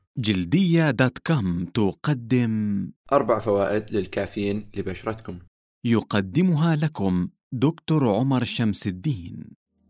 جلدية دوت كوم تقدم 4 فوائد للكافيين لبشرتكم. يقدمها لكم دكتور عمر شمس الدين.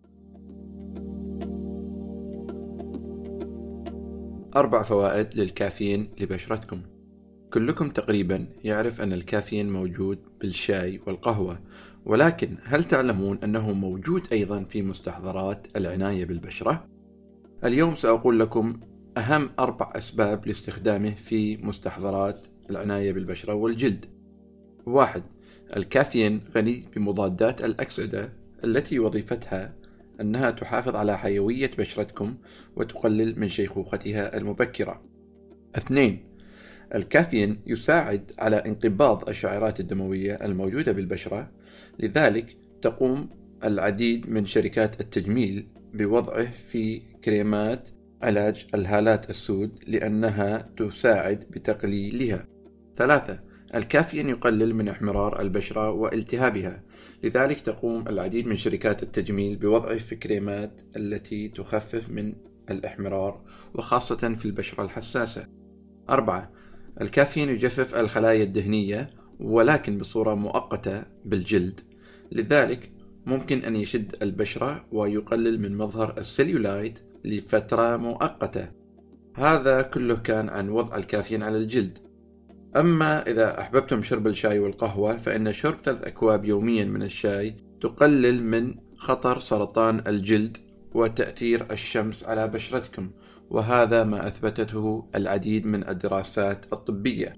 4 فوائد للكافيين لبشرتكم. كلكم تقريبا يعرف أن الكافيين موجود بالشاي والقهوة، ولكن هل تعلمون أنه موجود أيضا في مستحضرات العناية بالبشرة؟ اليوم سأقول لكم أهم 4 أسباب لاستخدامه في مستحضرات العناية بالبشرة والجلد. 1. الكافيين غني بمضادات الأكسدة التي وظيفتها أنها تحافظ على حيوية بشرتكم وتقلل من شيخوختها المبكرة. 2. الكافيين يساعد على انقباض الشعيرات الدموية الموجودة بالبشرة، لذلك تقوم العديد من شركات التجميل بوضعه في كريمات علاج الهالات السود لأنها تساعد بتقليلها. 3. الكافيين يقلل من احمرار البشرة والتهابها، لذلك تقوم العديد من شركات التجميل بوضعه في كريمات التي تخفف من الاحمرار وخاصة في البشرة الحساسة. 4. الكافيين يجفف الخلايا الدهنية ولكن بصورة مؤقتة بالجلد، لذلك ممكن أن يشد البشرة ويقلل من مظهر السليولايت لفترة مؤقتة. هذا كله كان عن وضع الكافيين على الجلد. أما إذا أحببتم شرب الشاي والقهوة، فإن شرب 3 أكواب يوميا من الشاي تقلل من خطر سرطان الجلد وتأثير الشمس على بشرتكم، وهذا ما أثبتته العديد من الدراسات الطبية.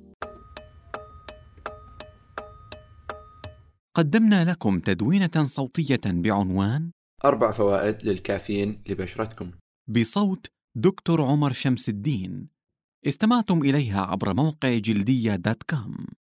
قدمنا لكم تدوينة صوتية بعنوان 4 فوائد للكافيين لبشرتكم بصوت دكتور عمر شمس الدين. استمعتم إليها عبر موقع جلدية دوت كوم.